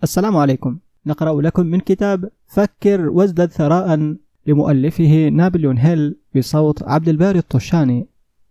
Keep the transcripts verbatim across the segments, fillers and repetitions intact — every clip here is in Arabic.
السلام عليكم. نقرأ لكم من كتاب فكر وازدد ثراء لمؤلفه نابليون هيل بصوت عبد الباري الطشاني.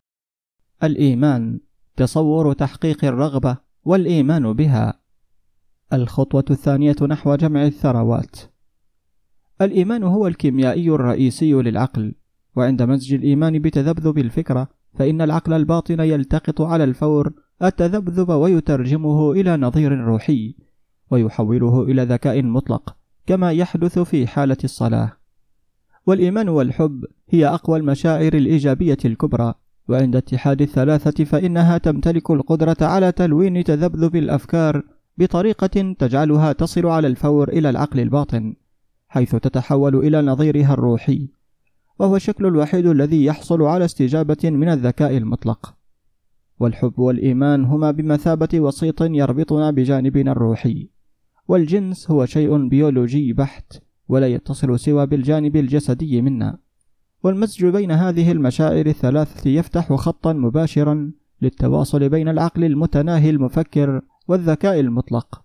الإيمان تصور تحقيق الرغبة والإيمان بها. الخطوة الثانية نحو جمع الثروات. الإيمان هو الكيميائي الرئيسي للعقل، وعند مزج الإيمان بتذبذب الفكرة فإن العقل الباطن يلتقط على الفور التذبذب ويترجمه إلى نظير روحي ويحوله إلى ذكاء مطلق كما يحدث في حالة الصلاة. والإيمان والحب هي أقوى المشاعر الإيجابية الكبرى، وعند اتحاد الثلاثة فإنها تمتلك القدرة على تلوين تذبذب الأفكار بطريقة تجعلها تصل على الفور إلى العقل الباطن، حيث تتحول إلى نظيرها الروحي، وهو الشكل الوحيد الذي يحصل على استجابة من الذكاء المطلق. والحب والإيمان هما بمثابة وسيط يربطنا بجانبنا الروحي، والجنس هو شيء بيولوجي بحت ولا يتصل سوى بالجانب الجسدي منا. والمزج بين هذه المشاعر الثلاثة يفتح خطا مباشرا للتواصل بين العقل المتناهي المفكر والذكاء المطلق.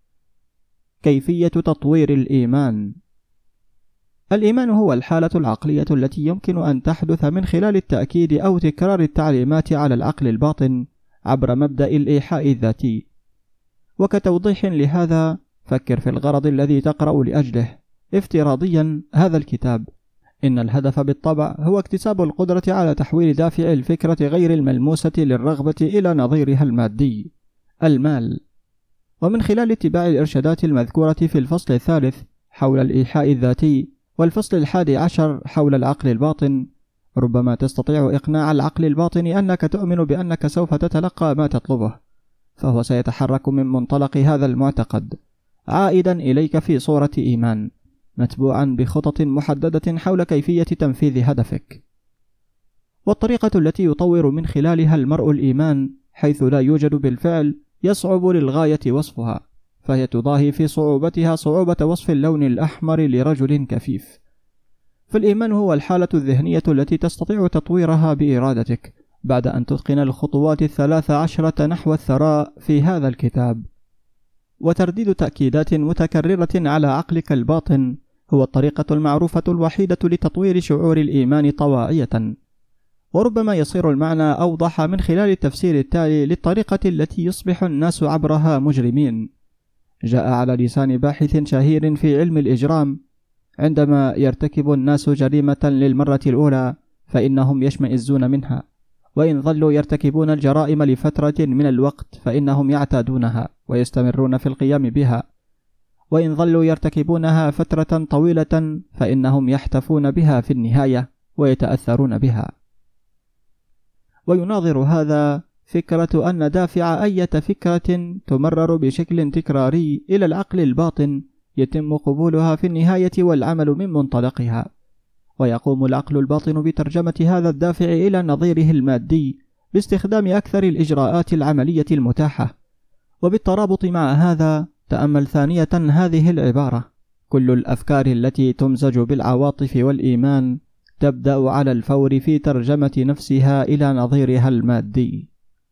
كيفية تطوير الإيمان. الإيمان هو الحالة العقلية التي يمكن أن تحدث من خلال التأكيد أو تكرار التعليمات على العقل الباطن عبر مبدأ الإيحاء الذاتي. وكتوضيح لهذا فكر في الغرض الذي تقرأ لأجله. افتراضيا هذا الكتاب، إن الهدف بالطبع هو اكتساب القدرة على تحويل دافع الفكرة غير الملموسة للرغبة إلى نظيرها المادي، المال. ومن خلال اتباع الإرشادات المذكورة في الفصل الثالث حول الإيحاء الذاتي والفصل الحادي عشر حول العقل الباطن، ربما تستطيع إقناع العقل الباطن أنك تؤمن بأنك سوف تتلقى ما تطلبه، فهو سيتحرك من منطلق هذا المعتقد عائدا إليك في صورة إيمان، متبوعا بخطط محددة حول كيفية تنفيذ هدفك. والطريقة التي يطور من خلالها المرء الإيمان حيث لا يوجد بالفعل يصعب للغاية وصفها، فهي تضاهي في صعوبتها صعوبة وصف اللون الأحمر لرجل كفيف. فالإيمان هو الحالة الذهنية التي تستطيع تطويرها بإرادتك بعد أن تتقن الخطوات الثلاث عشرة نحو الثراء في هذا الكتاب. وترديد تأكيدات متكررة على عقلك الباطن هو الطريقة المعروفة الوحيدة لتطوير شعور الإيمان طوعية. وربما يصير المعنى أوضح من خلال التفسير التالي للطريقة التي يصبح الناس عبرها مجرمين. جاء على لسان باحث شهير في علم الإجرام: عندما يرتكب الناس جريمة للمرة الأولى فإنهم يشمئزون منها، وإن ظلوا يرتكبون الجرائم لفترة من الوقت فإنهم يعتادونها ويستمرون في القيام بها، وإن ظلوا يرتكبونها فترة طويلة فإنهم يحتفون بها في النهاية ويتأثرون بها. ويناظر هذا فكرة أن دافع أي فكرة تمرر بشكل تكراري إلى العقل الباطن يتم قبولها في النهاية والعمل من منطلقها، ويقوم العقل الباطن بترجمة هذا الدافع إلى نظيره المادي باستخدام أكثر الإجراءات العملية المتاحة. وبالترابط مع هذا تأمل ثانية هذه العبارة: كل الأفكار التي تمزج بالعواطف والإيمان تبدأ على الفور في ترجمة نفسها إلى نظيرها المادي.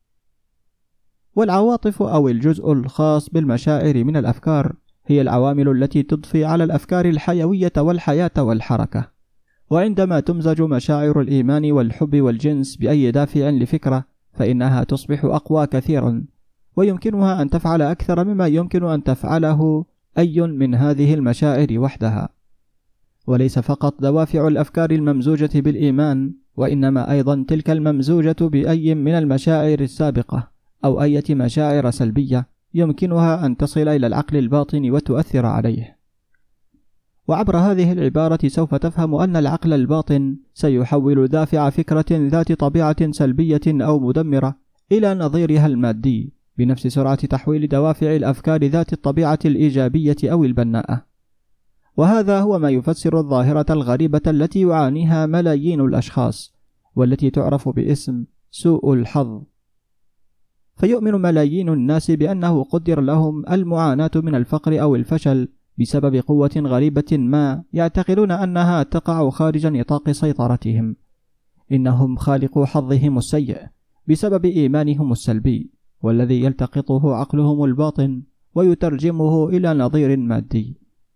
والعواطف أو الجزء الخاص بالمشاعر من الأفكار هي العوامل التي تضفي على الأفكار الحيوية والحياة والحركة. وعندما تمزج مشاعر الإيمان والحب والجنس بأي دافع لفكرة فإنها تصبح أقوى كثيرا، ويمكنها أن تفعل أكثر مما يمكن أن تفعله أي من هذه المشاعر وحدها. وليس فقط دوافع الأفكار الممزوجة بالإيمان، وإنما أيضا تلك الممزوجة بأي من المشاعر السابقة أو أي مشاعر سلبية يمكنها أن تصل إلى العقل الباطن وتؤثر عليه. وعبر هذه العبارة سوف تفهم أن العقل الباطن سيحول دافع فكرة ذات طبيعة سلبية أو مدمرة إلى نظيرها المادي بنفس سرعة تحويل دوافع الأفكار ذات الطبيعة الإيجابية أو البناءة. وهذا هو ما يفسر الظاهرة الغريبة التي يعانيها ملايين الأشخاص، والتي تعرف باسم سوء الحظ. فيؤمن ملايين الناس بأنه قدر لهم المعاناة من الفقر أو الفشل بسبب قوة غريبة ما يعتقدون أنها تقع خارج نطاق سيطرتهم. إنهم خالقو حظهم السيء بسبب إيمانهم السلبي، والذي يلتقطه عقلهم الباطن ويترجمه إلى نظير مادي.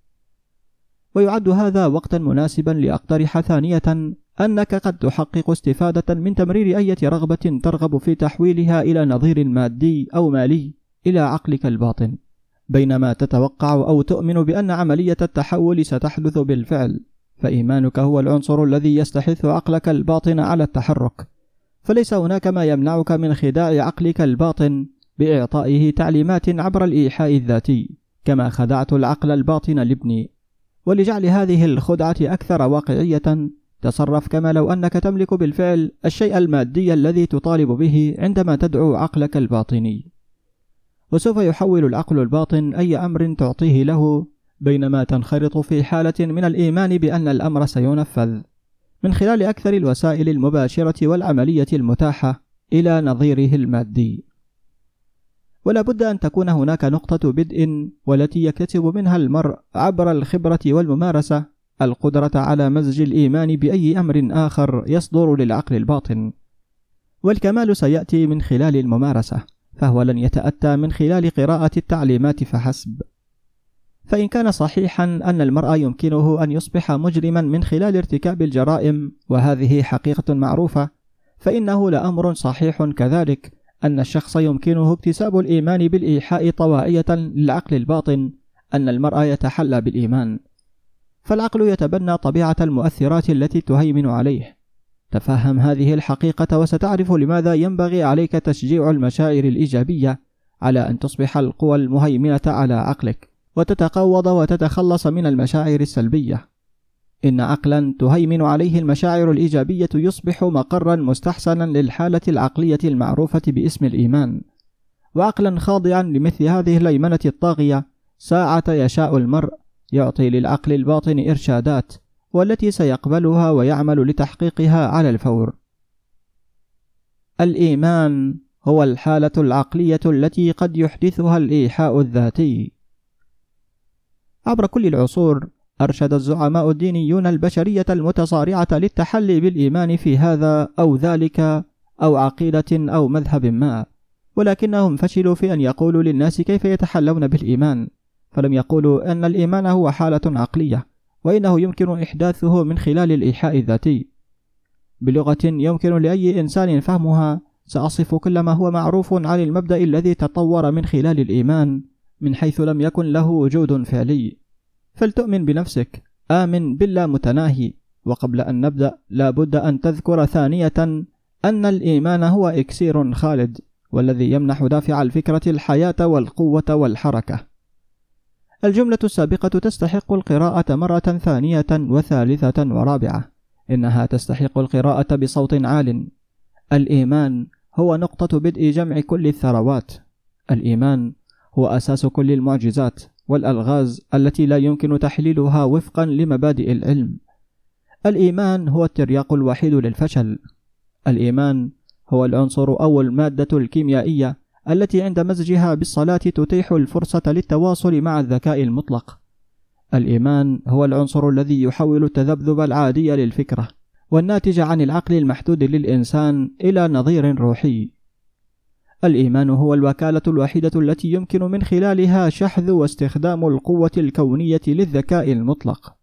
ويعد هذا وقتا مناسبا لأقترح ثانية أنك قد تحقق استفادة من تمرير أي رغبة ترغب في تحويلها إلى نظير مادي أو مالي إلى عقلك الباطن، بينما تتوقع أو تؤمن بأن عملية التحول ستحدث بالفعل، فإيمانك هو العنصر الذي يستحث عقلك الباطن على التحرك، فليس هناك ما يمنعك من خداع عقلك الباطن بإعطائه تعليمات عبر الإيحاء الذاتي، كما خدعت العقل الباطن لابني. ولجعل هذه الخدعة أكثر واقعية، تصرف كما لو أنك تملك بالفعل الشيء المادي الذي تطالب به عندما تدعو عقلك الباطني، وسوف يحول العقل الباطن أي أمر تعطيه له، بينما تنخرط في حالة من الإيمان بأن الأمر سينفذ من خلال أكثر الوسائل المباشرة والعملية المتاحة إلى نظيره المادي. ولا بد أن تكون هناك نقطة بدء والتي يكتسب منها المرء عبر الخبرة والممارسة القدرة على مزج الإيمان بأي أمر آخر يصدر للعقل الباطن، والكمال سيأتي من خلال الممارسة، فهو لن يتأتى من خلال قراءة التعليمات فحسب. فإن كان صحيحا أن المرء يمكنه أن يصبح مجرما من خلال ارتكاب الجرائم، وهذه حقيقة معروفة، فإنه لأمر صحيح كذلك أن الشخص يمكنه اكتساب الإيمان بالإيحاء طواعية للعقل الباطن أن المرء يتحلى بالإيمان، فالعقل يتبنى طبيعة المؤثرات التي تهيمن عليه. تفهم هذه الحقيقة وستعرف لماذا ينبغي عليك تشجيع المشاعر الإيجابية على أن تصبح القوى المهيمنة على عقلك، وتتقوض وتتخلص من المشاعر السلبية. إن عقلا تهيمن عليه المشاعر الإيجابية يصبح مقرا مستحسنا للحالة العقلية المعروفة باسم الإيمان، وعقلا خاضعا لمثل هذه الهيمنة الطاغية ساعة يشاء المرء يعطي للعقل الباطن إرشادات، والتي سيقبلها ويعمل لتحقيقها على الفور. الإيمان هو الحالة العقلية التي قد يحدثها الإيحاء الذاتي. عبر كل العصور أرشد الزعماء الدينيون البشرية المتصارعة للتحلي بالإيمان في هذا أو ذلك أو عقيدة أو مذهب ما، ولكنهم فشلوا في أن يقولوا للناس كيف يتحلون بالإيمان، فلم يقولوا أن الإيمان هو حالة عقلية، وإنه يمكن إحداثه من خلال الإيحاء الذاتي بلغة يمكن لأي إنسان فهمها. سأصف كل ما هو معروف عن المبدأ الذي تطور من خلال الإيمان من حيث لم يكن له وجود فعلي. فلتؤمن بنفسك، آمن بالله متناهي. وقبل أن نبدأ لا بد أن تذكر ثانية أن الإيمان هو إكسير خالد، والذي يمنح دافع الفكرة الحياة والقوة والحركة. الجملة السابقة تستحق القراءة مرة ثانية وثالثة ورابعة، إنها تستحق القراءة بصوت عال. الإيمان هو نقطة بدء جمع كل الثروات. الإيمان هو أساس كل المعجزات والألغاز التي لا يمكن تحليلها وفقا لمبادئ العلم. الإيمان هو الترياق الوحيد للفشل. الإيمان هو العنصر أو المادة الكيميائية التي عند مزجها بالصلاة تتيح الفرصة للتواصل مع الذكاء المطلق. الإيمان هو العنصر الذي يحول التذبذب العادي للفكرة والناتج عن العقل المحدود للإنسان إلى نظير روحي. الإيمان هو الوكالة الوحيدة التي يمكن من خلالها شحذ واستخدام القوة الكونية للذكاء المطلق.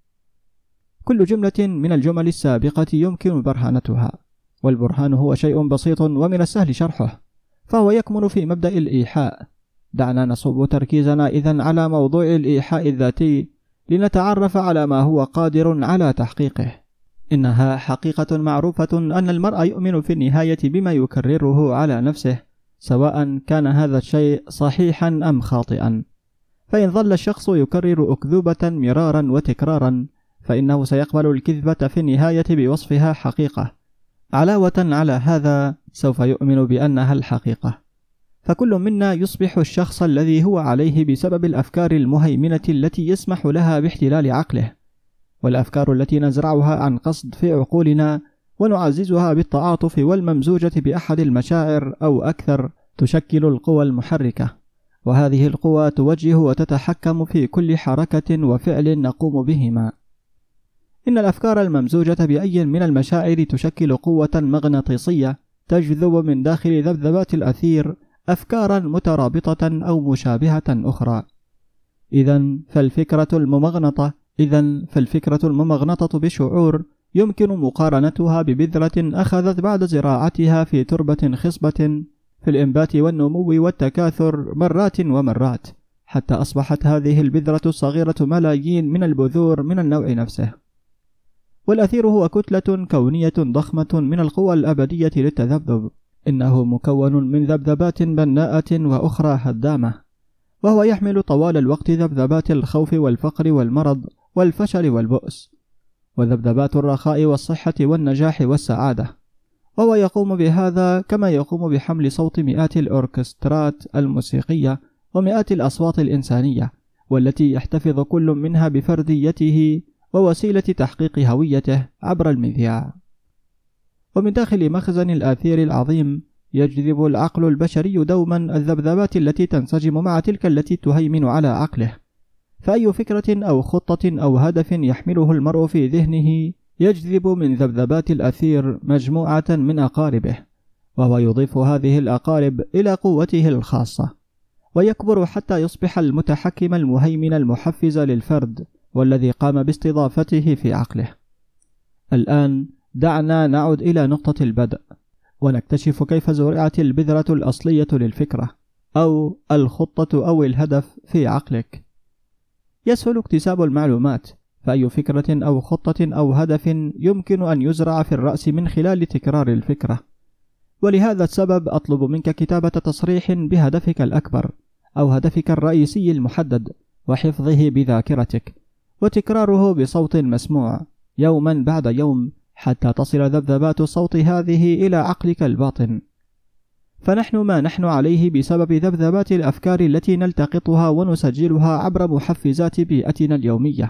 كل جملة من الجمل السابقة يمكن برهانتها، والبرهان هو شيء بسيط ومن السهل شرحه، فهو يكمن في مبدأ الإيحاء. دعنا نصب تركيزنا إذن على موضوع الإيحاء الذاتي لنتعرف على ما هو قادر على تحقيقه. إنها حقيقة معروفة أن المرء يؤمن في النهاية بما يكرره على نفسه، سواء كان هذا الشيء صحيحا أم خاطئا. فإن ظل الشخص يكرر أكذوبة مرارا وتكرارا، فإنه سيقبل الكذبة في النهاية بوصفها حقيقة. علاوة على هذا سوف يؤمن بأنها الحقيقة. فكل منا يصبح الشخص الذي هو عليه بسبب الأفكار المهيمنة التي يسمح لها باحتلال عقله، والأفكار التي نزرعها عن قصد في عقولنا ونعززها بالتعاطف والممزوجة بأحد المشاعر أو أكثر تشكل القوى المحركة، وهذه القوى توجه وتتحكم في كل حركة وفعل نقوم بهما. إن الأفكار الممزوجة بأي من المشاعر تشكل قوة مغناطيسية تجذب من داخل ذبذبات الأثير أفكارا مترابطة أو مشابهة أخرى. إذن فالفكرة الممغنطة إذن فالفكرة الممغنطة بشعور يمكن مقارنتها ببذرة أخذت بعد زراعتها في تربة خصبة في الإنبات والنمو والتكاثر مرات ومرات، حتى أصبحت هذه البذرة الصغيرة ملايين من البذور من النوع نفسه. والأثير هو كتلة كونية ضخمة من القوى الأبدية للتذبذب، إنه مكون من ذبذبات بناءة وأخرى هدامة، وهو يحمل طوال الوقت ذبذبات الخوف والفقر والمرض والفشل والبؤس، وذبذبات الرخاء والصحة والنجاح والسعادة. وهو يقوم بهذا كما يقوم بحمل صوت مئات الأوركسترات الموسيقية ومئات الأصوات الإنسانية، والتي يحتفظ كل منها بفرديته ووسيلة تحقيق هويته عبر المذياع. ومن داخل مخزن الآثير العظيم يجذب العقل البشري دوما الذبذبات التي تنسجم مع تلك التي تهيمن على عقله، فأي فكرة أو خطة أو هدف يحمله المرء في ذهنه يجذب من ذبذبات الأثير مجموعة من أقاربه، وهو يضيف هذه الأقارب إلى قوته الخاصة، ويكبر حتى يصبح المتحكم المهيمن المحفز للفرد والذي قام باستضافته في عقله. الآن دعنا نعود إلى نقطة البدء ونكتشف كيف زرعت البذرة الأصلية للفكرة أو الخطة أو الهدف في عقلك. يسهل اكتساب المعلومات، فأي فكرة أو خطة أو هدف يمكن أن يزرع في الرأس من خلال تكرار الفكرة. ولهذا السبب أطلب منك كتابة تصريح بهدفك الأكبر أو هدفك الرئيسي المحدد، وحفظه بذاكرتك وتكراره بصوت مسموع يوما بعد يوم حتى تصل ذبذبات الصوت هذه إلى عقلك الباطن. فنحن ما نحن عليه بسبب ذبذبات الأفكار التي نلتقطها ونسجلها عبر محفزات بيئتنا اليومية.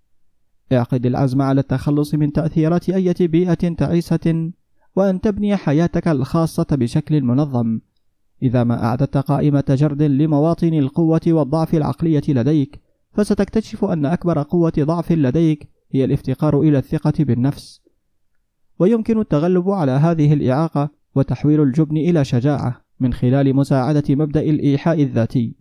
اعقد العزم على التخلص من تأثيرات أي بيئة تعيسة وأن تبني حياتك الخاصة بشكل منظم. إذا ما أعددت قائمة جرد لمواطن القوة والضعف العقلية لديك، فستكتشف أن أكبر قوة ضعف لديك هي الافتقار إلى الثقة بالنفس، ويمكن التغلب على هذه الإعاقة وتحويل الجبن إلى شجاعة من خلال مساعدة مبدأ الإيحاء الذاتي.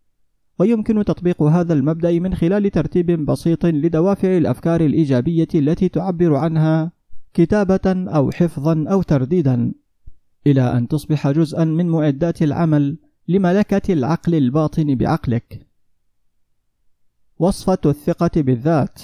ويمكن تطبيق هذا المبدأ من خلال ترتيب بسيط لدوافع الأفكار الإيجابية التي تعبر عنها كتابة أو حفظا أو ترديدا، إلى أن تصبح جزءا من معدات العمل لملكة العقل الباطن بعقلك. وصفة الثقة بالذات.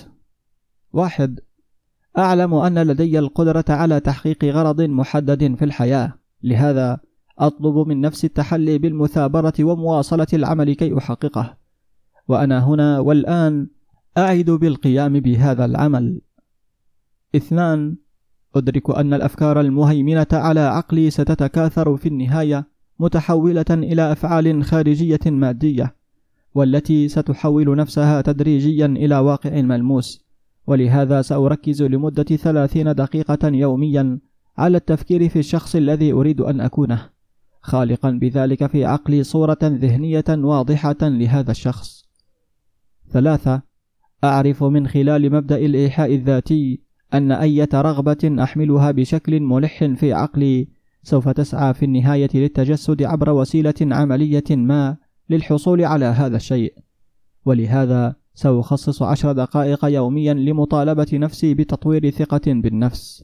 واحد. أعلم أن لدي القدرة على تحقيق غرض محدد في الحياة، لهذا أطلب من نفسي التحلي بالمثابرة ومواصلة العمل كي أحققه، وأنا هنا والآن أعد بالقيام بهذا العمل. اثنان. أدرك أن الأفكار المهيمنة على عقلي ستتكاثر في النهاية متحولة إلى أفعال خارجية مادية، والتي ستحول نفسها تدريجيا إلى واقع ملموس، ولهذا سأركز لمدة ثلاثين دقيقة يوميا على التفكير في الشخص الذي أريد أن أكونه، خالقا بذلك في عقلي صورة ذهنية واضحة لهذا الشخص. ثلاثة. أعرف من خلال مبدأ الإيحاء الذاتي أن أي رغبة أحملها بشكل ملح في عقلي سوف تسعى في النهاية للتجسد عبر وسيلة عملية ما للحصول على هذا الشيء، ولهذا سأخصص عشر دقائق يوميا لمطالبة نفسي بتطوير ثقة بالنفس.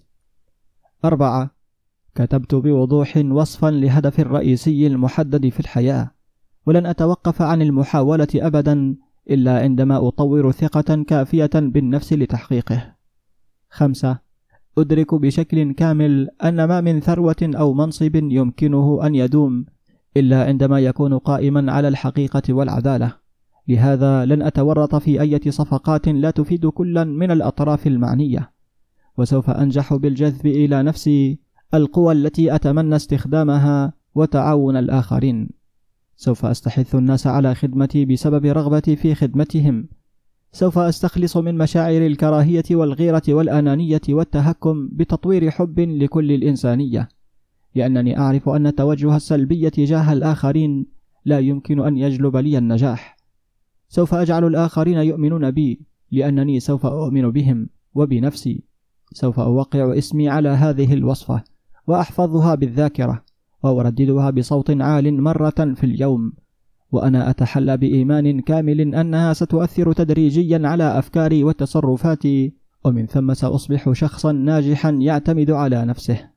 أربعة. كتبت بوضوح وصفا لهدف الرئيسي المحدد في الحياة، ولن أتوقف عن المحاولة أبدا إلا عندما أطور ثقة كافية بالنفس لتحقيقه. خمسة. أدرك بشكل كامل أن ما من ثروة أو منصب يمكنه أن يدوم إلا عندما يكون قائما على الحقيقة والعدالة، لهذا لن أتورط في أي صفقات لا تفيد كلا من الأطراف المعنية، وسوف أنجح بالجذب إلى نفسي القوى التي أتمنى استخدامها وتعاون الآخرين. سوف أستحث الناس على خدمتي بسبب رغبتي في خدمتهم. سوف أستخلص من مشاعر الكراهية والغيرة والأنانية والتهكم بتطوير حب لكل الإنسانية، لأنني أعرف أن التوجه السلبي تجاه الآخرين لا يمكن أن يجلب لي النجاح. سوف أجعل الآخرين يؤمنون بي لأنني سوف أؤمن بهم وبنفسي. سوف أوقع اسمي على هذه الوصفة وأحفظها بالذاكرة، وأرددها بصوت عال مرة في اليوم، وأنا أتحلى بإيمان كامل أنها ستؤثر تدريجيا على أفكاري وتصرفاتي، ومن ثم سأصبح شخصا ناجحا يعتمد على نفسه.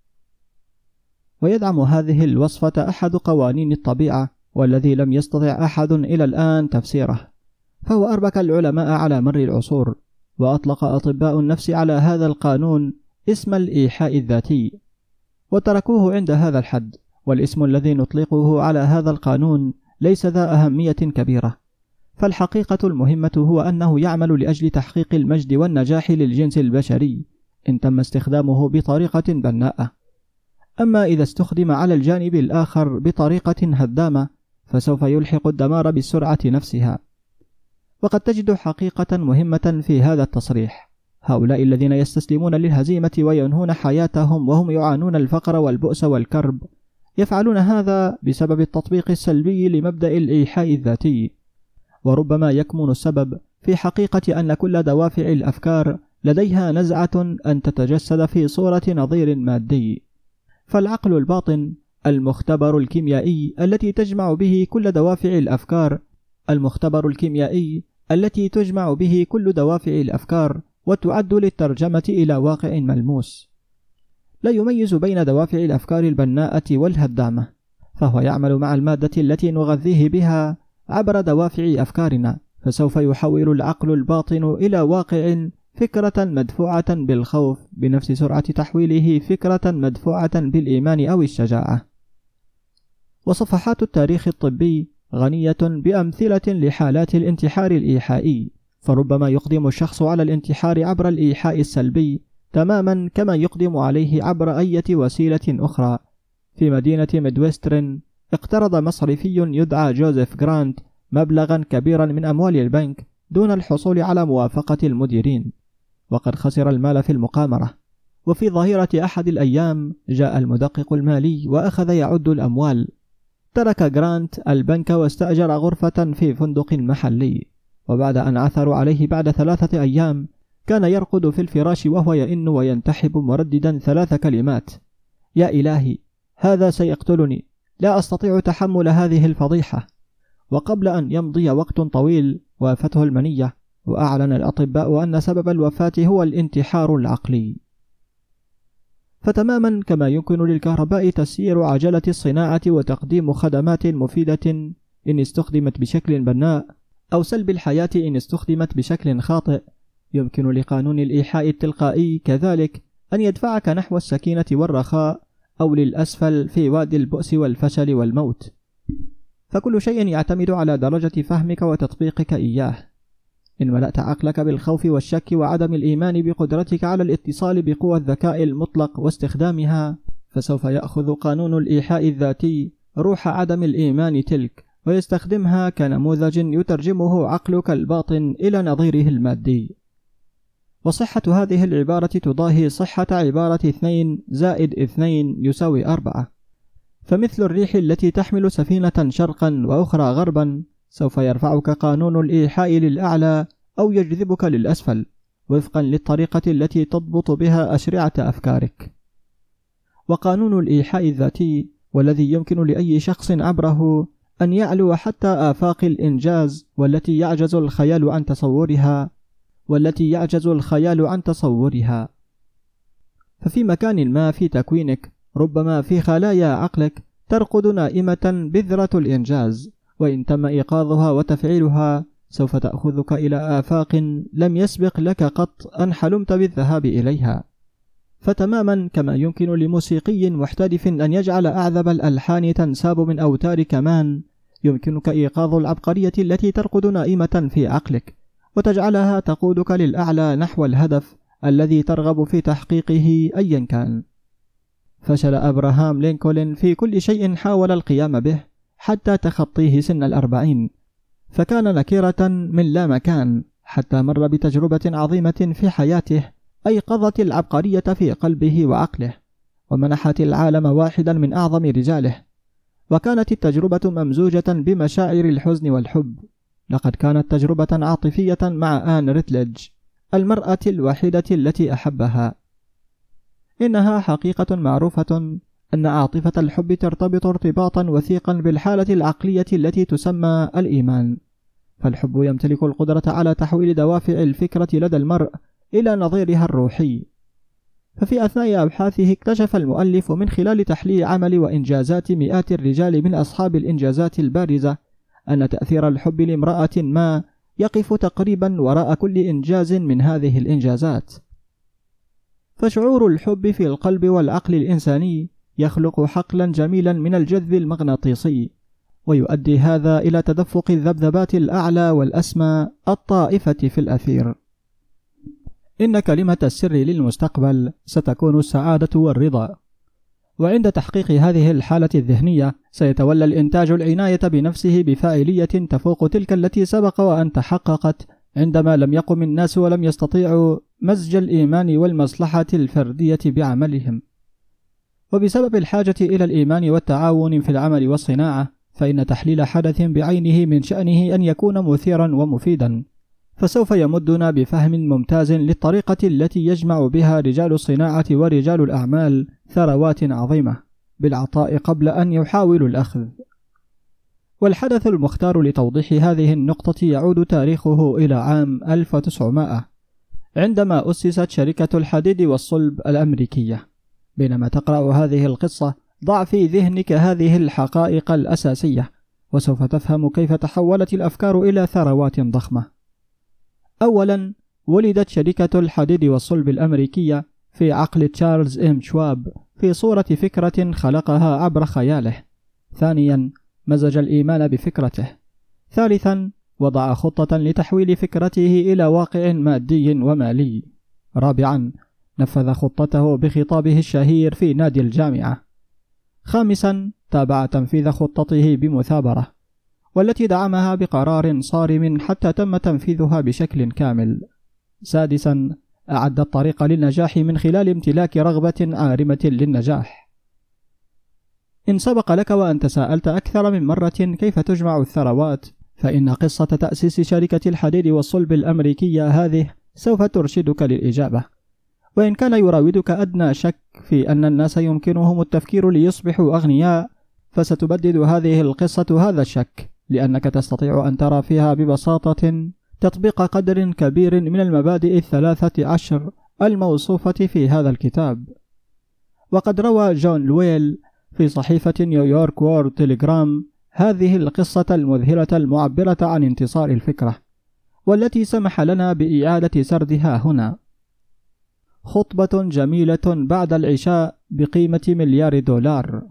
ويدعم هذه الوصفة أحد قوانين الطبيعة، والذي لم يستطع أحد إلى الآن تفسيره، فهو أربك العلماء على مر العصور، وأطلق أطباء النفس على هذا القانون اسم الإيحاء الذاتي، وتركوه عند هذا الحد، والاسم الذي نطلقه على هذا القانون ليس ذا أهمية كبيرة، فالحقيقة المهمة هو أنه يعمل لأجل تحقيق المجد والنجاح للجنس البشري إن تم استخدامه بطريقة بناءة. أما إذا استخدم على الجانب الآخر بطريقة هدامة فسوف يلحق الدمار بالسرعة نفسها. وقد تجد حقيقة مهمة في هذا التصريح: هؤلاء الذين يستسلمون للهزيمة وينهون حياتهم وهم يعانون الفقر والبؤس والكرب يفعلون هذا بسبب التطبيق السلبي لمبدأ الإيحاء الذاتي، وربما يكمن السبب في حقيقة أن كل دوافع الأفكار لديها نزعة أن تتجسد في صورة نظير مادي. فالعقل الباطن المختبر الكيميائي التي تجمع به كل دوافع الأفكار المختبر الكيميائي التي تجمع به كل دوافع الأفكار وتعد للترجمة إلى واقع ملموس، لا يميز بين دوافع الأفكار البناءة والهدامة، فهو يعمل مع المادة التي نغذيه بها عبر دوافع أفكارنا، فسوف يحول العقل الباطن إلى واقع فكرة مدفوعة بالخوف بنفس سرعة تحويله فكرة مدفوعة بالإيمان أو الشجاعة. وصفحات التاريخ الطبي غنية بأمثلة لحالات الانتحار الإيحائي، فربما يقدم الشخص على الانتحار عبر الإيحاء السلبي تماما كما يقدم عليه عبر أي وسيلة أخرى. في مدينة ميدويسترن اقترض مصرفي يدعى جوزيف جرانت مبلغا كبيرا من أموال البنك دون الحصول على موافقة المديرين، وقد خسر المال في المقامرة. وفي ظهيرة أحد الأيام جاء المدقق المالي وأخذ يعد الأموال. ترك جرانت البنك واستأجر غرفة في فندق محلي، وبعد أن عثروا عليه بعد ثلاثة أيام كان يرقد في الفراش وهو يئن وينتحب مرددا ثلاث كلمات: يا إلهي، هذا سيقتلني، لا أستطيع تحمل هذه الفضيحة. وقبل أن يمضي وقت طويل وافته المنية، وأعلن الأطباء أن سبب الوفاة هو الانتحار العقلي. فتماما كما يمكن للكهرباء تسيير عجلة الصناعة وتقديم خدمات مفيدة إن استخدمت بشكل بناء، أو سلب الحياة إن استخدمت بشكل خاطئ، يمكن لقانون الإيحاء التلقائي كذلك أن يدفعك نحو السكينة والرخاء أو للأسفل في وادي البؤس والفشل والموت. فكل شيء يعتمد على درجة فهمك وتطبيقك إياه. إن ملأت عقلك بالخوف والشك وعدم الإيمان بقدرتك على الاتصال بقوى الذكاء المطلق واستخدامها، فسوف يأخذ قانون الإيحاء الذاتي روح عدم الإيمان تلك ويستخدمها كنموذج يترجمه عقلك الباطن إلى نظيره المادي. وصحة هذه العبارة تضاهي صحة عبارة اثنين زائد اثنين يساوي أربعة. فمثل الريح التي تحمل سفينة شرقا وأخرى غربا، سوف يرفعك قانون الإيحاء للأعلى أو يجذبك للأسفل وفقا للطريقة التي تضبط بها أشرعة أفكارك. وقانون الإيحاء الذاتي والذي يمكن لأي شخص عبره أن يعلو حتى آفاق الإنجاز والتي يعجز الخيال عن تصورها والتي يعجز الخيال عن تصورها. ففي مكان ما في تكوينك، ربما في خلايا عقلك، ترقد نائمة بذرة الإنجاز، وإن تم إيقاظها وتفعيلها سوف تأخذك إلى آفاق لم يسبق لك قط أن حلمت بالذهاب إليها. فتماما كما يمكن لموسيقي محترف أن يجعل أعذب الألحان تنساب من أوتار كمان، يمكنك إيقاظ العبقرية التي ترقد نائمة في عقلك وتجعلها تقودك للأعلى نحو الهدف الذي ترغب في تحقيقه أيا كان. فشل أبراهام لينكولن في كل شيء حاول القيام به حتى تخطيه سن الأربعين، فكان نكرة من لا مكان حتى مر بتجربة عظيمة في حياته أيقظت العبقرية في قلبه وعقله ومنحت العالم واحدا من أعظم رجاله. وكانت التجربة ممزوجة بمشاعر الحزن والحب. لقد كانت تجربة عاطفية مع آن ريتليدج، المرأة الوحيدة التي أحبها. إنها حقيقة معروفة أن عاطفة الحب ترتبط ارتباطا وثيقا بالحالة العقلية التي تسمى الإيمان، فالحب يمتلك القدرة على تحويل دوافع الفكرة لدى المرء إلى نظيرها الروحي. ففي أثناء أبحاثه اكتشف المؤلف من خلال تحليل عمل وإنجازات مئات الرجال من أصحاب الإنجازات البارزة أن تأثير الحب لامرأة ما يقف تقريبا وراء كل إنجاز من هذه الإنجازات. فشعور الحب في القلب والعقل الإنساني يخلق حقلا جميلا من الجذب المغناطيسي، ويؤدي هذا إلى تدفق الذبذبات الأعلى والأسمى الطائفة في الأثير. إن كلمة السر للمستقبل ستكون السعادة والرضا، وعند تحقيق هذه الحالة الذهنية سيتولى الإنتاج العناية بنفسه بفاعلية تفوق تلك التي سبق وأن تحققت عندما لم يقم الناس ولم يستطيعوا مزج الإيمان والمصلحة الفردية بعملهم. وبسبب الحاجة إلى الإيمان والتعاون في العمل والصناعة، فإن تحليل حدث بعينه من شأنه أن يكون مثيرا ومفيدا، فسوف يمدنا بفهم ممتاز للطريقة التي يجمع بها رجال الصناعة ورجال الأعمال ثروات عظيمة بالعطاء قبل أن يحاولوا الأخذ. والحدث المختار لتوضيح هذه النقطة يعود تاريخه إلى عام ألف وتسعمائة عندما أسست شركة الحديد والصلب الأمريكية. بينما تقرأ هذه القصة ضع في ذهنك هذه الحقائق الأساسية، وسوف تفهم كيف تحولت الأفكار إلى ثروات ضخمة. أولا، ولدت شركة الحديد والصلب الأمريكية في عقل تشارلز إم شواب في صورة فكرة خلقها عبر خياله. ثانيا، مزج الإيمان بفكرته. ثالثا، وضع خطة لتحويل فكرته إلى واقع مادي ومالي. رابعا، نفذ خطته بخطابه الشهير في نادي الجامعة. خامسا، تابع تنفيذ خطته بمثابرة، والتي دعمها بقرار صارم حتى تم تنفيذها بشكل كامل. سادسا، أعد الطريق للنجاح من خلال امتلاك رغبة عارمة للنجاح. إن سبق لك وأن تساءلت أكثر من مرة كيف تجمع الثروات، فإن قصة تأسيس شركة الحديد والصلب الأمريكية هذه سوف ترشدك للإجابة. وإن كان يراودك أدنى شك في أن الناس يمكنهم التفكير ليصبحوا أغنياء، فستبدد هذه القصة هذا الشك، لأنك تستطيع أن ترى فيها ببساطة تطبيق قدر كبير من المبادئ الثلاثة عشر الموصوفة في هذا الكتاب. وقد روى جون لويل في صحيفة نيويورك وورد تيليجرام هذه القصة المذهلة المعبرة عن انتصار الفكرة، والتي سمح لنا بإعادة سردها هنا. خطبة جميلة بعد العشاء بقيمة مليار دولار.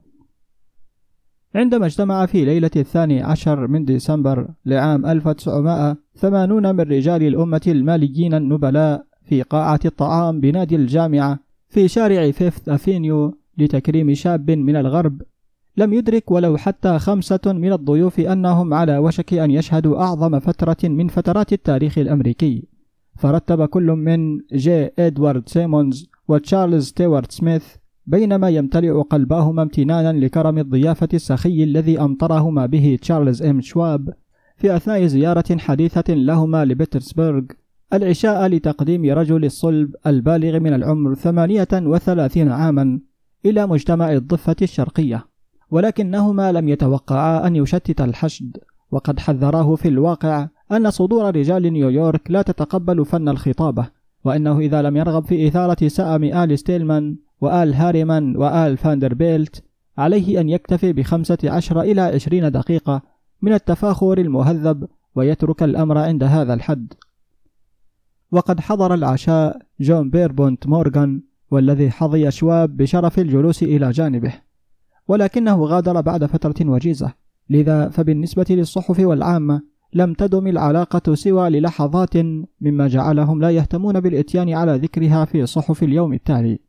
عندما اجتمع في ليلة الثاني عشر من ديسمبر لعام ألف وتسعمائة ثمانون من رجال الأمة الماليين النبلاء في قاعة الطعام بنادي الجامعة في شارع فيفث أفينيو لتكريم شاب من الغرب، لم يدرك ولو حتى خمسة من الضيوف أنهم على وشك أن يشهدوا أعظم فترة من فترات التاريخ الأمريكي. فرتب كل من جي إدوارد سيمونز وتشارلز ستيوارت سميث، بينما يمتلئ قلباهما امتنانا لكرم الضيافة السخي الذي أمطرهما به تشارلز إم شواب في أثناء زيارة حديثة لهما لبيترسبرغ، العشاء لتقديم رجل الصلب البالغ من العمر ثمانية وثلاثين عاما إلى مجتمع الضفة الشرقية. ولكنهما لم يتوقعا أن يشتت الحشد، وقد حذراه في الواقع أن صدور رجال نيويورك لا تتقبل فن الخطابة، وأنه إذا لم يرغب في إثارة سأم آل ستيلمان وآل هاريمان وآل فاندربيلت عليه أن يكتفي بخمسة عشر إلى عشرين دقيقة من التفاخر المهذب ويترك الأمر عند هذا الحد. وقد حضر العشاء جون بيربونت مورغان، والذي حظي شواب بشرف الجلوس إلى جانبه، ولكنه غادر بعد فترة وجيزة. لذا فبالنسبة للصحف والعامة لم تدم العلاقة سوى للحظات، مما جعلهم لا يهتمون بالإتيان على ذكرها في صحف اليوم التالي.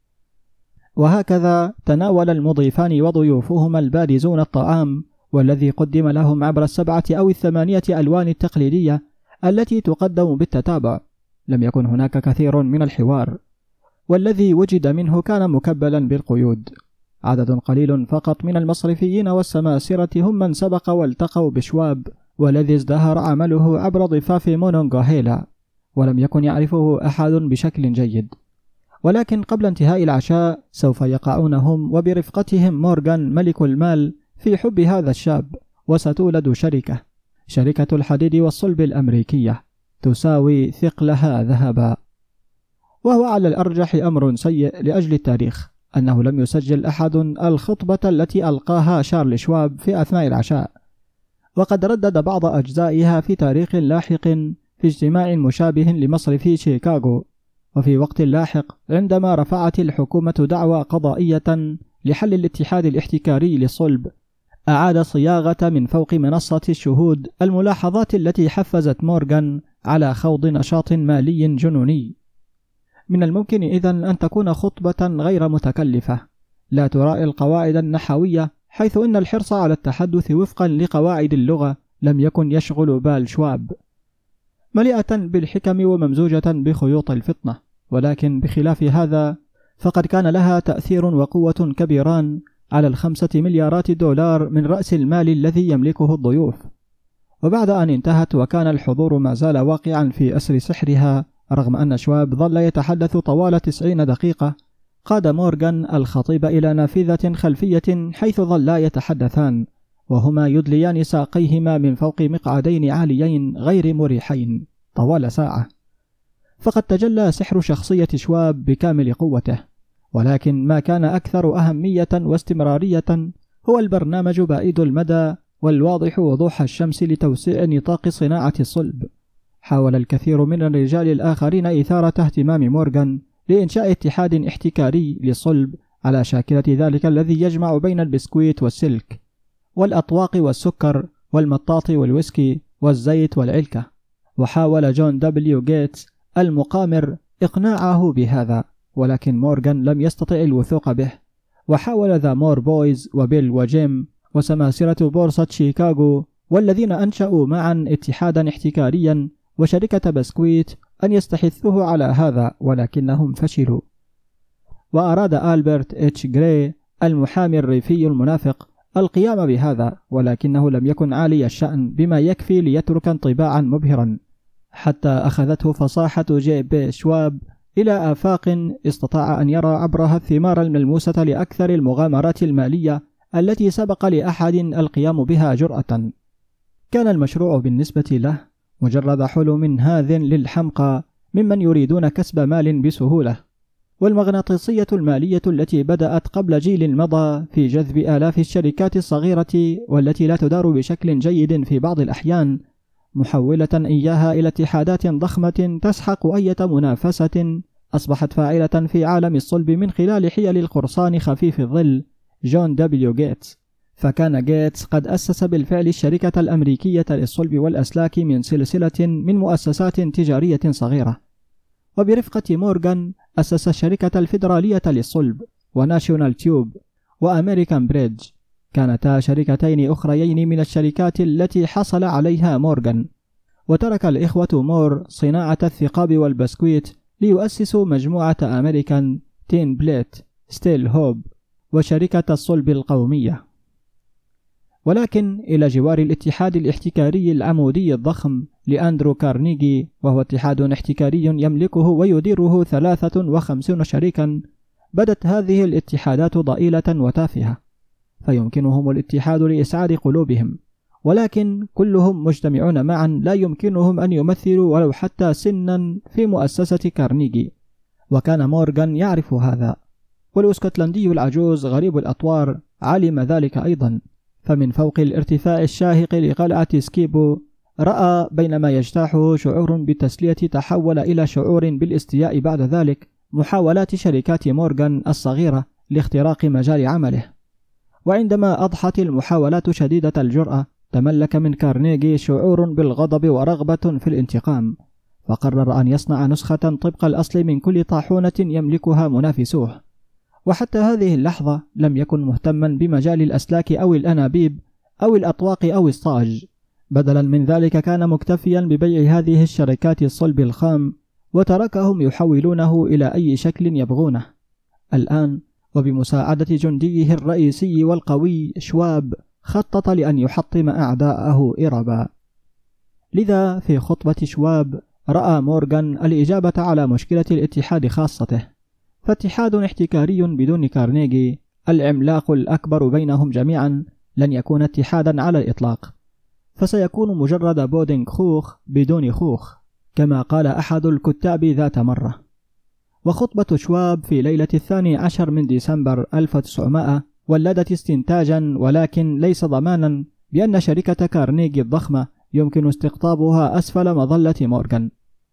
وهكذا تناول المضيفان وضيوفهما البارزون الطعام، والذي قدم لهم عبر السبعة أو الثمانية ألوان التقليدية التي تقدم بالتتابع. لم يكن هناك كثير من الحوار، والذي وجد منه كان مكبلا بالقيود. عدد قليل فقط من المصرفيين والسماسرة هم من سبق والتقوا بشواب، والذي ازدهر عمله عبر ضفاف مونونغاهيلا، ولم يكن يعرفه أحد بشكل جيد. ولكن قبل انتهاء العشاء سوف يقعون هم وبرفقتهم مورغان ملك المال في حب هذا الشاب، وستولد شركة شركة الحديد والصلب الأمريكية تساوي ثقلها ذهبا. وهو على الأرجح أمر سيء لأجل التاريخ أنه لم يسجل أحد الخطبة التي ألقاها شارل شواب في أثناء العشاء، وقد ردد بعض أجزائها في تاريخ لاحق في اجتماع مشابه لمصرف شيكاغو، وفي وقت لاحق عندما رفعت الحكومة دعوى قضائية لحل الاتحاد الاحتكاري للصلب، أعاد صياغة من فوق منصة الشهود الملاحظات التي حفزت مورغان على خوض نشاط مالي جنوني. من الممكن إذن أن تكون خطبة غير متكلفة، لا تراعي القواعد النحوية، حيث إن الحرص على التحدث وفقا لقواعد اللغة لم يكن يشغل بال شواب، مليئة بالحكم وممزوجة بخيوط الفطنة. ولكن بخلاف هذا فقد كان لها تأثير وقوة كبيران على الخمسة مليارات دولار من رأس المال الذي يملكه الضيوف. وبعد أن انتهت وكان الحضور ما زال واقعا في أسر سحرها، رغم أن شواب ظل يتحدث طوال تسعين دقيقة، قاد مورغان الخطيب إلى نافذة خلفية حيث ظلا يتحدثان وهما يدليان ساقيهما من فوق مقعدين عاليين غير مريحين طوال ساعة. فقد تجلى سحر شخصية شواب بكامل قوته، ولكن ما كان أكثر أهمية واستمرارية هو البرنامج بعيد المدى والواضح وضوح الشمس لتوسيع نطاق صناعة الصلب. حاول الكثير من الرجال الآخرين إثارة اهتمام مورغان لإنشاء اتحاد احتكاري للصلب على شاكلة ذلك الذي يجمع بين البسكويت والسلك والأطواق والسكر والمطاط والويسكي والزيت والعلكة. وحاول جون دبليو جيتس المقامر إقناعه بهذا، ولكن مورغان لم يستطع الوثوق به. وحاول ذا مور بويز وبيل وجيم وسماسرة بورصة شيكاغو والذين أنشأوا معا اتحادا احتكاريا وشركة بسكويت أن يستحثوه على هذا، ولكنهم فشلوا. وأراد ألبرت إتش غراي المحامي الريفي المنافق القيام بهذا، ولكنه لم يكن عالي الشأن بما يكفي ليترك انطباعا مبهرا، حتى أخذته فصاحة جي بي شواب إلى آفاق استطاع أن يرى عبرها الثمار الملموسة لأكثر المغامرات المالية التي سبق لأحد القيام بها جرأة. كان المشروع بالنسبة له مجرد حلم هاذ للحمقى ممن يريدون كسب مال بسهولة، والمغناطيسية المالية التي بدأت قبل جيل مضى في جذب آلاف الشركات الصغيرة والتي لا تدار بشكل جيد في بعض الأحيان، محولة إياها إلى اتحادات ضخمة تسحق أي منافسة، أصبحت فاعلة في عالم الصلب من خلال حيل القرصان خفيف الظل جون دبليو جيتس. فكان جيتس قد أسس بالفعل الشركة الأمريكية للصلب والأسلاك من سلسلة من مؤسسات تجارية صغيرة، وبرفقة مورغان أسس الشركة الفيدرالية للصلب وناشيونال تيوب وأمريكان بريدج. كانتا شركتين أخريين من الشركات التي حصل عليها مورغان. وترك الإخوة مور صناعة الثقاب والبسكويت ليؤسسوا مجموعة أمريكان تين بليت ستيل هوب وشركة الصلب القومية. ولكن إلى جوار الاتحاد الاحتكاري العمودي الضخم لأندرو كارنيجي، وهو اتحاد احتكاري يملكه ويديره ثلاثة وخمسين شريكا، بدت هذه الاتحادات ضئيلة وتافهة، فيمكنهم الاتحاد لإسعاد قلوبهم، ولكن كلهم مجتمعون معا لا يمكنهم أن يمثلوا ولو حتى سنا في مؤسسة كارنيجي. وكان مورغان يعرف هذا، والاسكتلندي العجوز غريب الأطوار علم ذلك أيضا. فمن فوق الارتفاع الشاهق لقلعة سكيبو رأى بينما يجتاحه شعور بالتسلية تحول إلى شعور بالاستياء بعد ذلك محاولات شركات مورغان الصغيرة لاختراق مجال عمله. وعندما أضحت المحاولات شديدة الجرأة تملك من كارنيجي شعور بالغضب ورغبة في الانتقام، فقرر أن يصنع نسخة طبق الأصل من كل طاحونة يملكها منافسوه. وحتى هذه اللحظة لم يكن مهتما بمجال الأسلاك أو الأنابيب أو الأطواق أو الصاج، بدلا من ذلك كان مكتفيا ببيع هذه الشركات الصلب الخام وتركهم يحولونه إلى أي شكل يبغونه. الآن وبمساعدة جنديه الرئيسي والقوي شواب خطط لأن يحطم أعداءه إربا. لذا في خطبة شواب رأى مورغان الإجابة على مشكلة الاتحاد خاصته، فاتحاد احتكاري بدون كارنيغي العملاق الأكبر بينهم جميعا لن يكون اتحادا على الإطلاق، فسيكون مجرد بودنغ خوخ بدون خوخ، كما قال أحد الكتاب ذات مرة. وخطبة شواب في ليلة الثاني عشر من ديسمبر ألف وتسعمائة ولدت استنتاجا ولكن ليس ضمانا بأن شركة كارنيغي الضخمة يمكن استقطابها أسفل مظلة مورغان.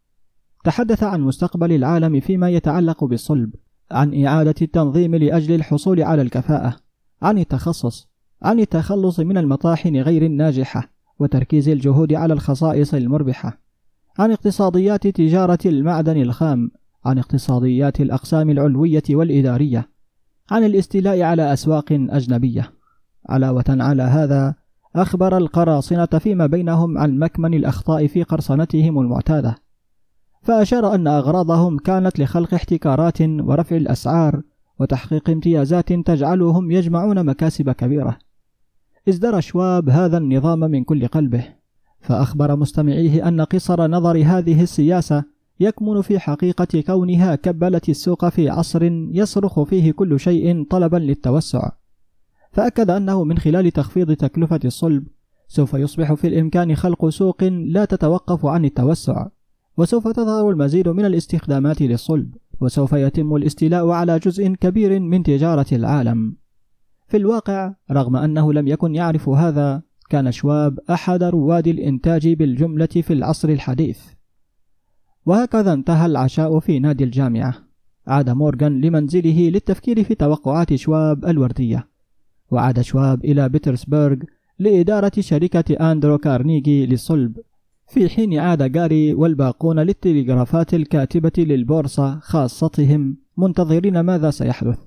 تحدث عن مستقبل العالم فيما يتعلق بالصلب، عن إعادة التنظيم لأجل الحصول على الكفاءة، عن التخصص، عن التخلص من المطاحن غير الناجحة وتركيز الجهود على الخصائص المربحة، عن اقتصاديات تجارة المعدن الخام، عن اقتصاديات الأقسام العلوية والإدارية، عن الاستيلاء على أسواق أجنبية. علاوة على هذا أخبر القراصنة فيما بينهم عن مكمن الأخطاء في قرصنتهم المعتادة، فأشار أن أغراضهم كانت لخلق احتكارات ورفع الأسعار وتحقيق امتيازات تجعلهم يجمعون مكاسب كبيرة. ازدرى شواب هذا النظام من كل قلبه، فأخبر مستمعيه أن قصر نظر هذه السياسة يكمن في حقيقة كونها كبلت السوق في عصر يصرخ فيه كل شيء طلبا للتوسع، فأكد أنه من خلال تخفيض تكلفة الصلب سوف يصبح في الإمكان خلق سوق لا تتوقف عن التوسع، وسوف تظهر المزيد من الاستخدامات للصلب، وسوف يتم الاستيلاء على جزء كبير من تجارة العالم. في الواقع رغم أنه لم يكن يعرف هذا، كان شواب أحد رواد الإنتاج بالجملة في العصر الحديث. وهكذا انتهى العشاء في نادي الجامعة. عاد مورغان لمنزله للتفكير في توقعات شواب الوردية، وعاد شواب إلى بيترسبرغ لإدارة شركة أندرو كارنيغي للصلب، في حين عاد جاري والباقون للتلغرافات الكاتبة للبورصة خاصتهم منتظرين ماذا سيحدث.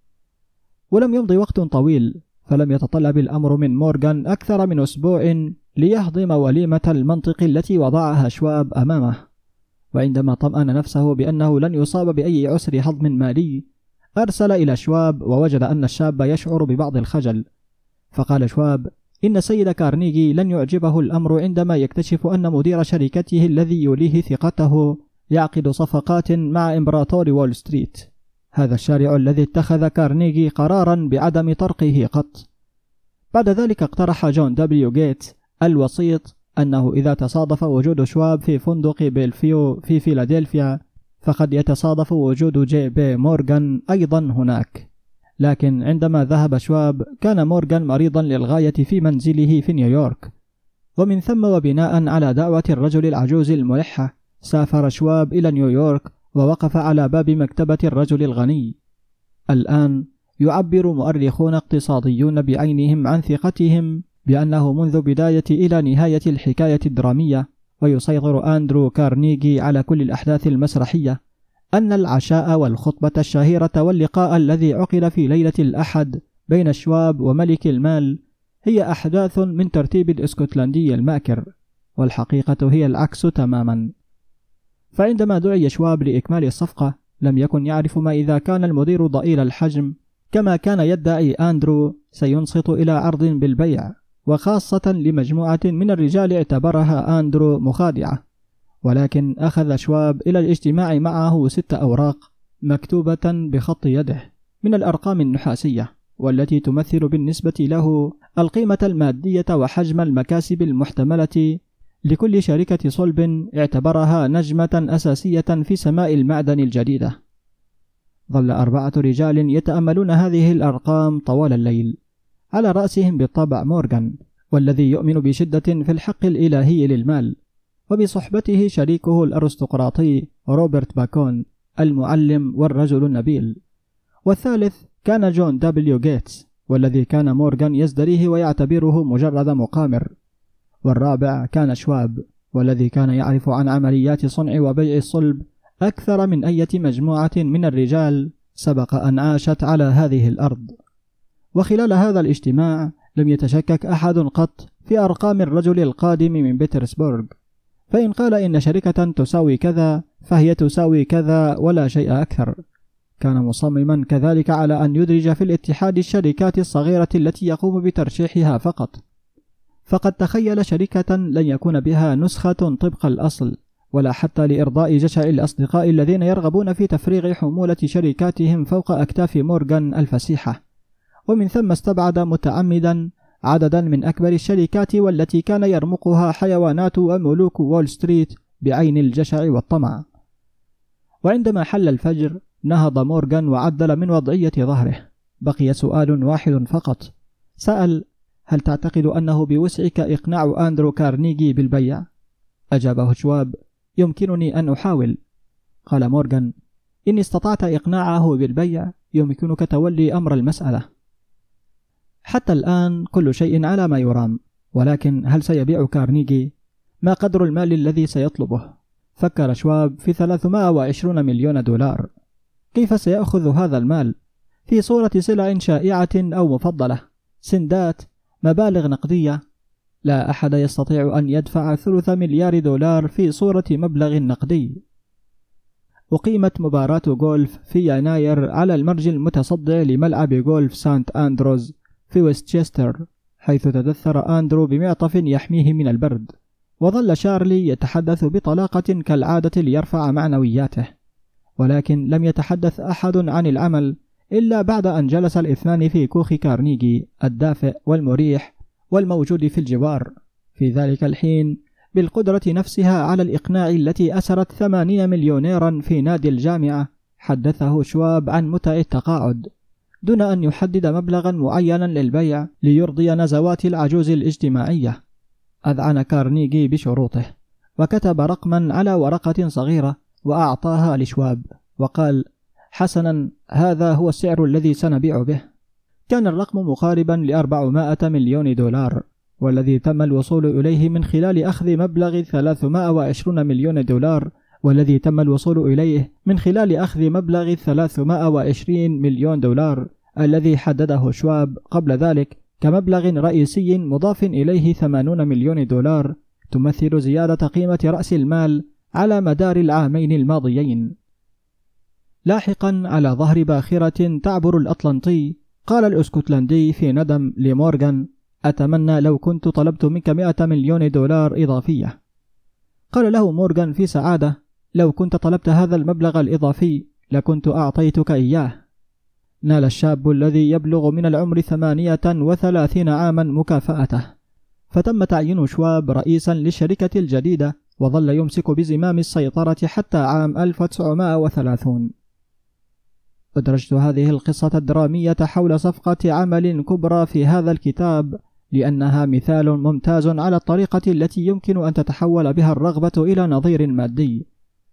ولم يمضي وقت طويل فلم يتطلب الأمر من مورغان أكثر من أسبوع ليهضم وليمة المنطق التي وضعها شواب أمامه. وعندما طمأن نفسه بأنه لن يصاب بأي عسر هضم مالي، أرسل إلى شواب ووجد أن الشاب يشعر ببعض الخجل، فقال شواب إن سيد كارنيغي لن يعجبه الأمر عندما يكتشف أن مدير شركته الذي يوليه ثقته يعقد صفقات مع إمبراطور وول ستريت، هذا الشارع الذي اتخذ كارنيغي قرارا بعدم طرقه قط. بعد ذلك اقترح جون دبليو جيتس الوسيط أنه إذا تصادف وجود شواب في فندق بيلفيو في فيلادلفيا فقد يتصادف وجود جي بي مورغان أيضا هناك. لكن عندما ذهب شواب كان مورغان مريضا للغاية في منزله في نيويورك، ومن ثم وبناء على دعوة الرجل العجوز الملحة سافر شواب إلى نيويورك ووقف على باب مكتبة الرجل الغني. الآن يعبر مؤرخون اقتصاديون بعينهم عن ثقتهم بأنه منذ بداية إلى نهاية الحكاية الدرامية ويسيطر أندرو كارنيغي على كل الأحداث المسرحية، أن العشاء والخطبة الشهيرة واللقاء الذي عقد في ليلة الأحد بين شواب وملك المال هي أحداث من ترتيب الإسكتلندي الماكر، والحقيقة هي العكس تماما. فعندما دعي شواب لإكمال الصفقة لم يكن يعرف ما إذا كان المدير ضئيل الحجم كما كان يدعي أندرو سينصت إلى عرض بالبيع، وخاصة لمجموعة من الرجال اعتبرها أندرو مخادعة. ولكن أخذ شواب إلى الاجتماع معه ست أوراق مكتوبة بخط يده من الأرقام النحاسية، والتي تمثل بالنسبة له القيمة المادية وحجم المكاسب المحتملة لكل شركة صلب اعتبرها نجمة أساسية في سماء المعدن الجديدة. ظل أربعة رجال يتأملون هذه الأرقام طوال الليل، على رأسهم بالطبع مورغان، والذي يؤمن بشدة في الحق الإلهي للمال، وبصحبته شريكه الأرستقراطي روبرت باكون المعلم والرجل النبيل. والثالث كان جون دبليو جيتس، والذي كان مورغان يزدريه ويعتبره مجرد مقامر. والرابع كان شواب، والذي كان يعرف عن عمليات صنع وبيع الصلب أكثر من أي مجموعة من الرجال سبق أن عاشت على هذه الأرض. وخلال هذا الاجتماع لم يتشكك أحد قط في أرقام الرجل القادم من بيترسبورغ، فإن قال إن شركة تساوي كذا فهي تساوي كذا ولا شيء أكثر. كان مصمما كذلك على أن يدرج في الاتحاد الشركات الصغيرة التي يقوم بترشيحها فقط، فقد تخيل شركة لن يكون بها نسخة طبق الأصل، ولا حتى لإرضاء جشع الأصدقاء الذين يرغبون في تفريغ حمولة شركاتهم فوق أكتاف مورغان الفسيحة، ومن ثم استبعد متعمدا عددا من أكبر الشركات والتي كان يرمقها حيوانات وملوك وول ستريت بعين الجشع والطمع. وعندما حل الفجر نهض مورغان وعدل من وضعية ظهره. بقي سؤال واحد فقط. سأل: هل تعتقد أنه بوسعك إقناع أندرو كارنيجي بالبيع؟ أجابه شواب: يمكنني أن أحاول. قال مورغان: إن استطعت إقناعه بالبيع يمكنك تولي أمر المسألة. حتى الآن كل شيء على ما يرام، ولكن هل سيبيع كارنيجي؟ ما قدر المال الذي سيطلبه؟ فكر شواب في ثلاثمائة وعشرين مليون دولار. كيف سيأخذ هذا المال؟ في صورة سلع شائعة أو مفضلة، سندات، مبالغ نقدية. لا أحد يستطيع أن يدفع ثلث مليار دولار في صورة مبلغ نقدي. أقيمت مباراة غولف في يناير على المرج المتصدع لملعب غولف سانت أندروز في ويستشستر، حيث تدثر أندرو بمعطف يحميه من البرد، وظل شارلي يتحدث بطلاقة كالعادة ليرفع معنوياته، ولكن لم يتحدث أحد عن العمل إلا بعد أن جلس الاثنان في كوخ كارنيجي الدافئ والمريح والموجود في الجوار في ذلك الحين بالقدرة نفسها على الإقناع التي أسرت ثمانين مليونيرا في نادي الجامعة. حدثه شواب عن متع التقاعد دون أن يحدد مبلغا معينا للبيع ليرضي نزوات العجوز الاجتماعية. أذعن كارنيجي بشروطه وكتب رقما على ورقة صغيرة وأعطاها لشواب وقال: حسنا، هذا هو السعر الذي سنبيع به. كان الرقم مقاربا لأربعمائة مليون دولار، والذي تم الوصول إليه من خلال أخذ مبلغ ثلاثمائة وعشرين مليون دولار والذي تم الوصول إليه من خلال أخذ مبلغ ثلاثمائة وعشرين مليون دولار الذي حدده شواب قبل ذلك كمبلغ رئيسي مضاف إليه ثمانين مليون دولار، تمثل زيادة قيمة رأس المال على مدار العامين الماضيين. لاحقا على ظهر باخرة تعبر الأطلنطي، قال الأسكتلندي في ندم لمورغان: أتمنى لو كنت طلبت منك مئة مليون دولار إضافية. قال له مورغان في سعادة: لو كنت طلبت هذا المبلغ الإضافي لكنت أعطيتك إياه. نال الشاب الذي يبلغ من العمر ثمانية وثلاثين عاما مكافأته، فتم تعيين شواب رئيسا للشركة الجديدة، وظل يمسك بزمام السيطرة حتى عام ألف وتسعمائة وثلاثين. أدرجت هذه القصة الدرامية حول صفقة عمل كبرى في هذا الكتاب لأنها مثال ممتاز على الطريقة التي يمكن أن تتحول بها الرغبة إلى نظير مادي.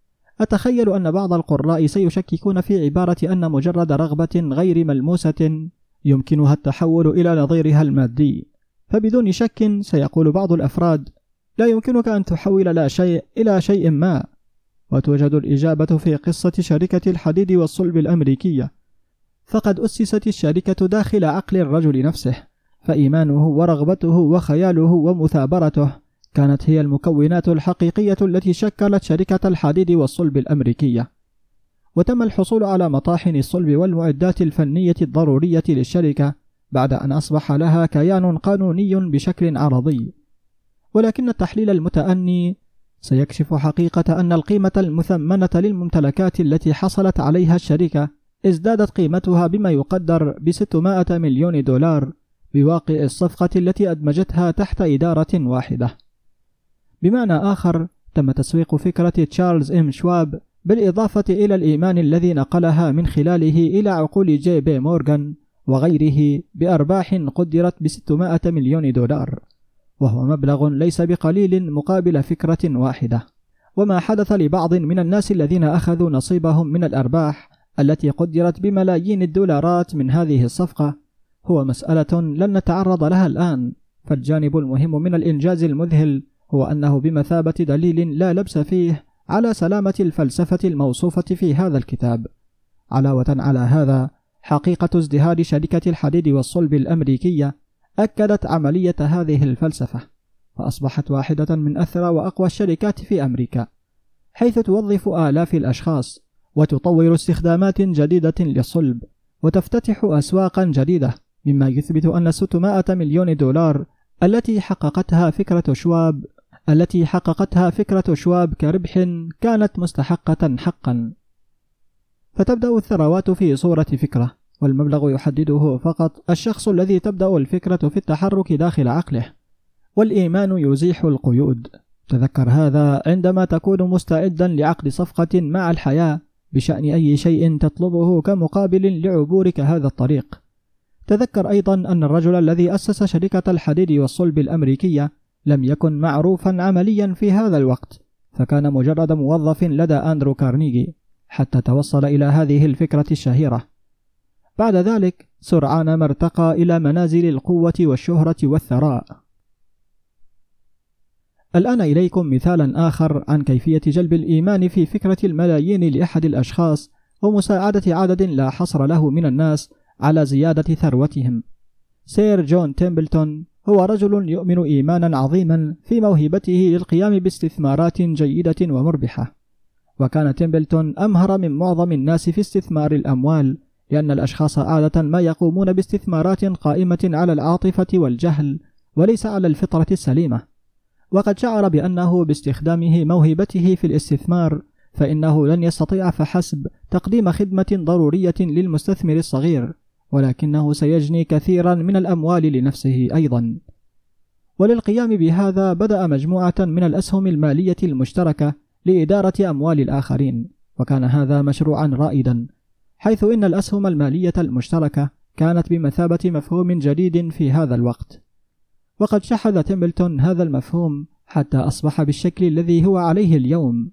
أتخيل أن بعض القراء سيشككون في عبارة أن مجرد رغبة غير ملموسة يمكنها التحول إلى نظيرها المادي، فبدون شك سيقول بعض الأفراد: لا يمكنك أن تحول لا شيء إلى شيء ما. وتوجد الإجابة في قصة شركة الحديد والصلب الأمريكية، فقد أسست الشركة داخل عقل الرجل نفسه، فإيمانه ورغبته وخياله ومثابرته كانت هي المكونات الحقيقية التي شكلت شركة الحديد والصلب الأمريكية. وتم الحصول على مطاحن الصلب والمعدات الفنية الضرورية للشركة بعد أن أصبح لها كيان قانوني بشكل عرضي. ولكن التحليل المتأني سيكشف حقيقة أن القيمة المثمنة للممتلكات التي حصلت عليها الشركة ازدادت قيمتها بما يقدر بستمائة مليون دولار بواقع الصفقة التي أدمجتها تحت إدارة واحدة. بمعنى آخر، تم تسويق فكرة تشارلز إم شواب بالإضافة إلى الإيمان الذي نقلها من خلاله إلى عقول جي بي مورغان وغيره بأرباح قدرت بستمائة مليون دولار، وهو مبلغ ليس بقليل مقابل فكرة واحدة. وما حدث لبعض من الناس الذين أخذوا نصيبهم من الأرباح التي قدرت بملايين الدولارات من هذه الصفقة هو مسألة لن نتعرض لها الآن، فالجانب المهم من الإنجاز المذهل هو أنه بمثابة دليل لا لبس فيه على سلامة الفلسفة الموصوفة في هذا الكتاب. علاوة على هذا، حقيقة ازدهار شركة الحديد والصلب الأمريكية أكدت عملية هذه الفلسفة، فأصبحت واحدة من أثرى وأقوى الشركات في أمريكا، حيث توظف آلاف الأشخاص وتطور استخدامات جديدة للصلب وتفتتح أسواقا جديدة، مما يثبت أن ستمائة مليون دولار التي حققتها فكرة شواب التي حققتها فكرة شواب كربح كانت مستحقة حقا. فتبدأ الثروات في صورة فكرة، والمبلغ يحدده فقط الشخص الذي تبدأ الفكرة في التحرك داخل عقله، والإيمان يزيح القيود. تذكر هذا عندما تكون مستعدا لعقد صفقة مع الحياة بشأن أي شيء تطلبه كمقابل لعبورك هذا الطريق. تذكر أيضا أن الرجل الذي أسس شركة الحديد والصلب الأمريكية لم يكن معروفا عمليا في هذا الوقت، فكان مجرد موظف لدى أندرو كارنيجي حتى توصل إلى هذه الفكرة الشهيرة. بعد ذلك سرعان ما ارتقى إلى منازل القوة والشهرة والثراء. الآن إليكم مثالا آخر عن كيفية جلب الإيمان في فكرة الملايين لأحد الأشخاص ومساعدة عدد لا حصر له من الناس على زيادة ثروتهم. سير جون تيمبلتون هو رجل يؤمن إيمانا عظيما في موهبته للقيام باستثمارات جيدة ومربحة. وكان تيمبلتون أمهر من معظم الناس في استثمار الأموال، لأن الأشخاص عادة ما يقومون باستثمارات قائمة على العاطفة والجهل وليس على الفطرة السليمة. وقد شعر بأنه باستخدامه موهبته في الاستثمار فإنه لن يستطيع فحسب تقديم خدمة ضرورية للمستثمر الصغير، ولكنه سيجني كثيرا من الأموال لنفسه أيضا. وللقيام بهذا بدأ مجموعة من الأسهم المالية المشتركة لإدارة أموال الآخرين، وكان هذا مشروعا رائدا، حيث إن الأسهم المالية المشتركة كانت بمثابة مفهوم جديد في هذا الوقت. وقد شحذ تيمبلتون هذا المفهوم حتى أصبح بالشكل الذي هو عليه اليوم.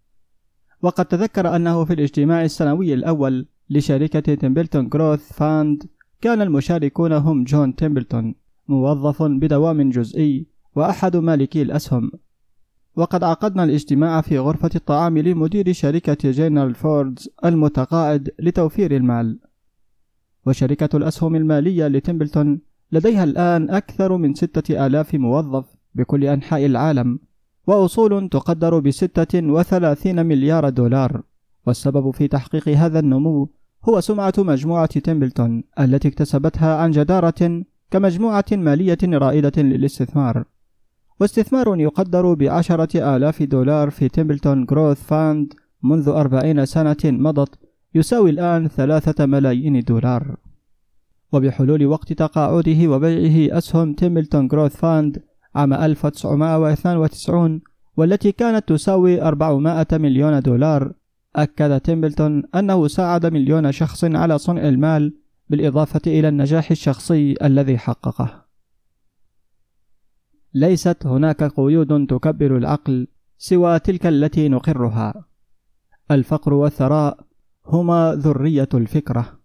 وقد تذكر أنه في الاجتماع السنوي الأول لشركة تيمبلتون جروث فاند كان المشاركون هم جون تيمبلتون موظف بدوام جزئي وأحد مالكي الأسهم. وقد عقدنا الاجتماع في غرفة الطعام لمدير شركة جنرال فوردز المتقاعد لتوفير المال. وشركة الأسهم المالية لتيمبلتون لديها الآن أكثر من ستة آلاف موظف بكل أنحاء العالم، وأصول تقدر بستة وثلاثين مليار دولار. والسبب في تحقيق هذا النمو هو سمعة مجموعة تيمبلتون التي اكتسبتها عن جدارة كمجموعة مالية رائدة للاستثمار. واستثمار يقدر بعشرة آلاف دولار في تيمبلتون جروث فاند منذ أربعين سنة مضت يساوي الآن ثلاثة ملايين دولار. وبحلول وقت تقاعده وبيعه أسهم تيمبلتون جروث فاند عام ألف وتسعمائة واثنين وتسعين والتي كانت تساوي أربعمائة مليون دولار، أكد تيمبلتون أنه ساعد مليون شخص على صنع المال بالإضافة إلى النجاح الشخصي الذي حققه. ليست هناك قيود تكبر العقل سوى تلك التي نقرها. الفقر والثراء هما ذرية الفكرة.